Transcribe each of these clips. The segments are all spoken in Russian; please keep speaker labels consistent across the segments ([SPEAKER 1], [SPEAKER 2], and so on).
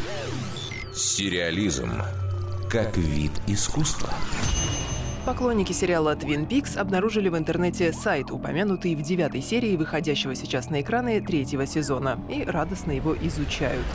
[SPEAKER 1] Сериализм как вид искусства.
[SPEAKER 2] Поклонники сериала «Твин Пикс» обнаружили в интернете сайт, упомянутый в 9-й серии выходящего сейчас на экраны 3-го сезона, и радостно его изучают.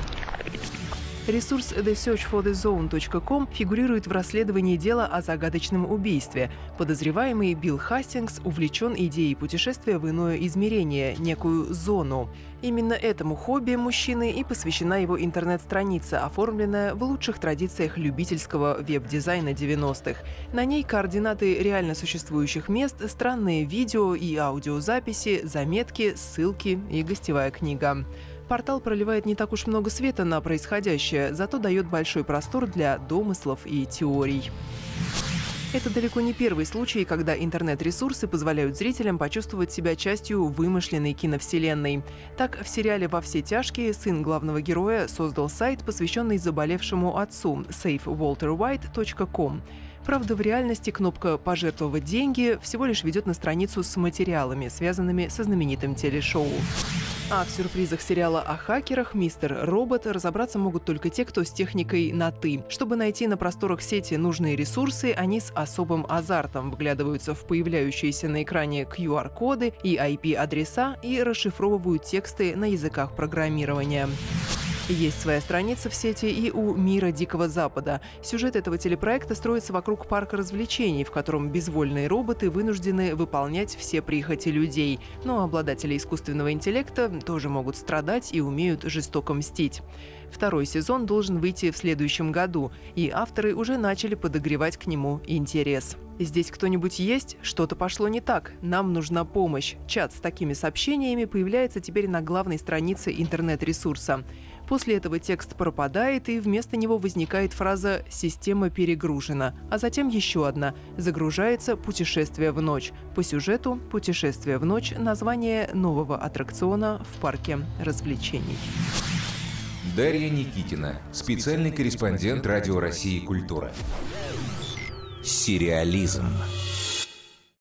[SPEAKER 2] Ресурс thesearchforthezone.com фигурирует в расследовании дела о загадочном убийстве. Подозреваемый Билл Хастингс увлечен идеей путешествия в иное измерение, некую зону. Именно этому хобби мужчины и посвящена его интернет-страница, оформленная в лучших традициях любительского веб-дизайна 90-х. На ней координаты реально существующих мест, странные видео и аудиозаписи, заметки, ссылки и гостевая книга. Портал проливает не так уж много света на происходящее, зато дает большой простор для домыслов и теорий. Это далеко не первый случай, когда интернет-ресурсы позволяют зрителям почувствовать себя частью вымышленной киновселенной. Так, в сериале «Во все тяжкие» сын главного героя создал сайт, посвященный заболевшему отцу savewalterwhite.com. Правда, в реальности кнопка «Пожертвовать деньги» всего лишь ведет на страницу с материалами, связанными со знаменитым телешоу. А в сюрпризах сериала о хакерах «Мистер Робот» разобраться могут только те, кто с техникой на «ты». Чтобы найти на просторах сети нужные ресурсы, они с особым азартом вглядываются в появляющиеся на экране QR-коды и IP-адреса и расшифровывают тексты на языках программирования. Есть своя страница в сети и у «Мира Дикого Запада». Сюжет этого телепроекта строится вокруг парка развлечений, в котором безвольные роботы вынуждены выполнять все прихоти людей. Но обладатели искусственного интеллекта тоже могут страдать и умеют жестоко мстить. 2-й сезон должен выйти в следующем году, и авторы уже начали подогревать к нему интерес. «Здесь кто-нибудь есть? Что-то пошло не так. Нам нужна помощь». Чат с такими сообщениями появляется теперь на главной странице интернет-ресурса. После этого текст пропадает, и вместо него возникает фраза «Система перегружена», а затем еще одна «Загружается путешествие в ночь». По сюжету «Путешествие в ночь» – название нового аттракциона в парке развлечений.
[SPEAKER 1] Дарья Никитина, специальный корреспондент Радио России «Культура». Сериализм.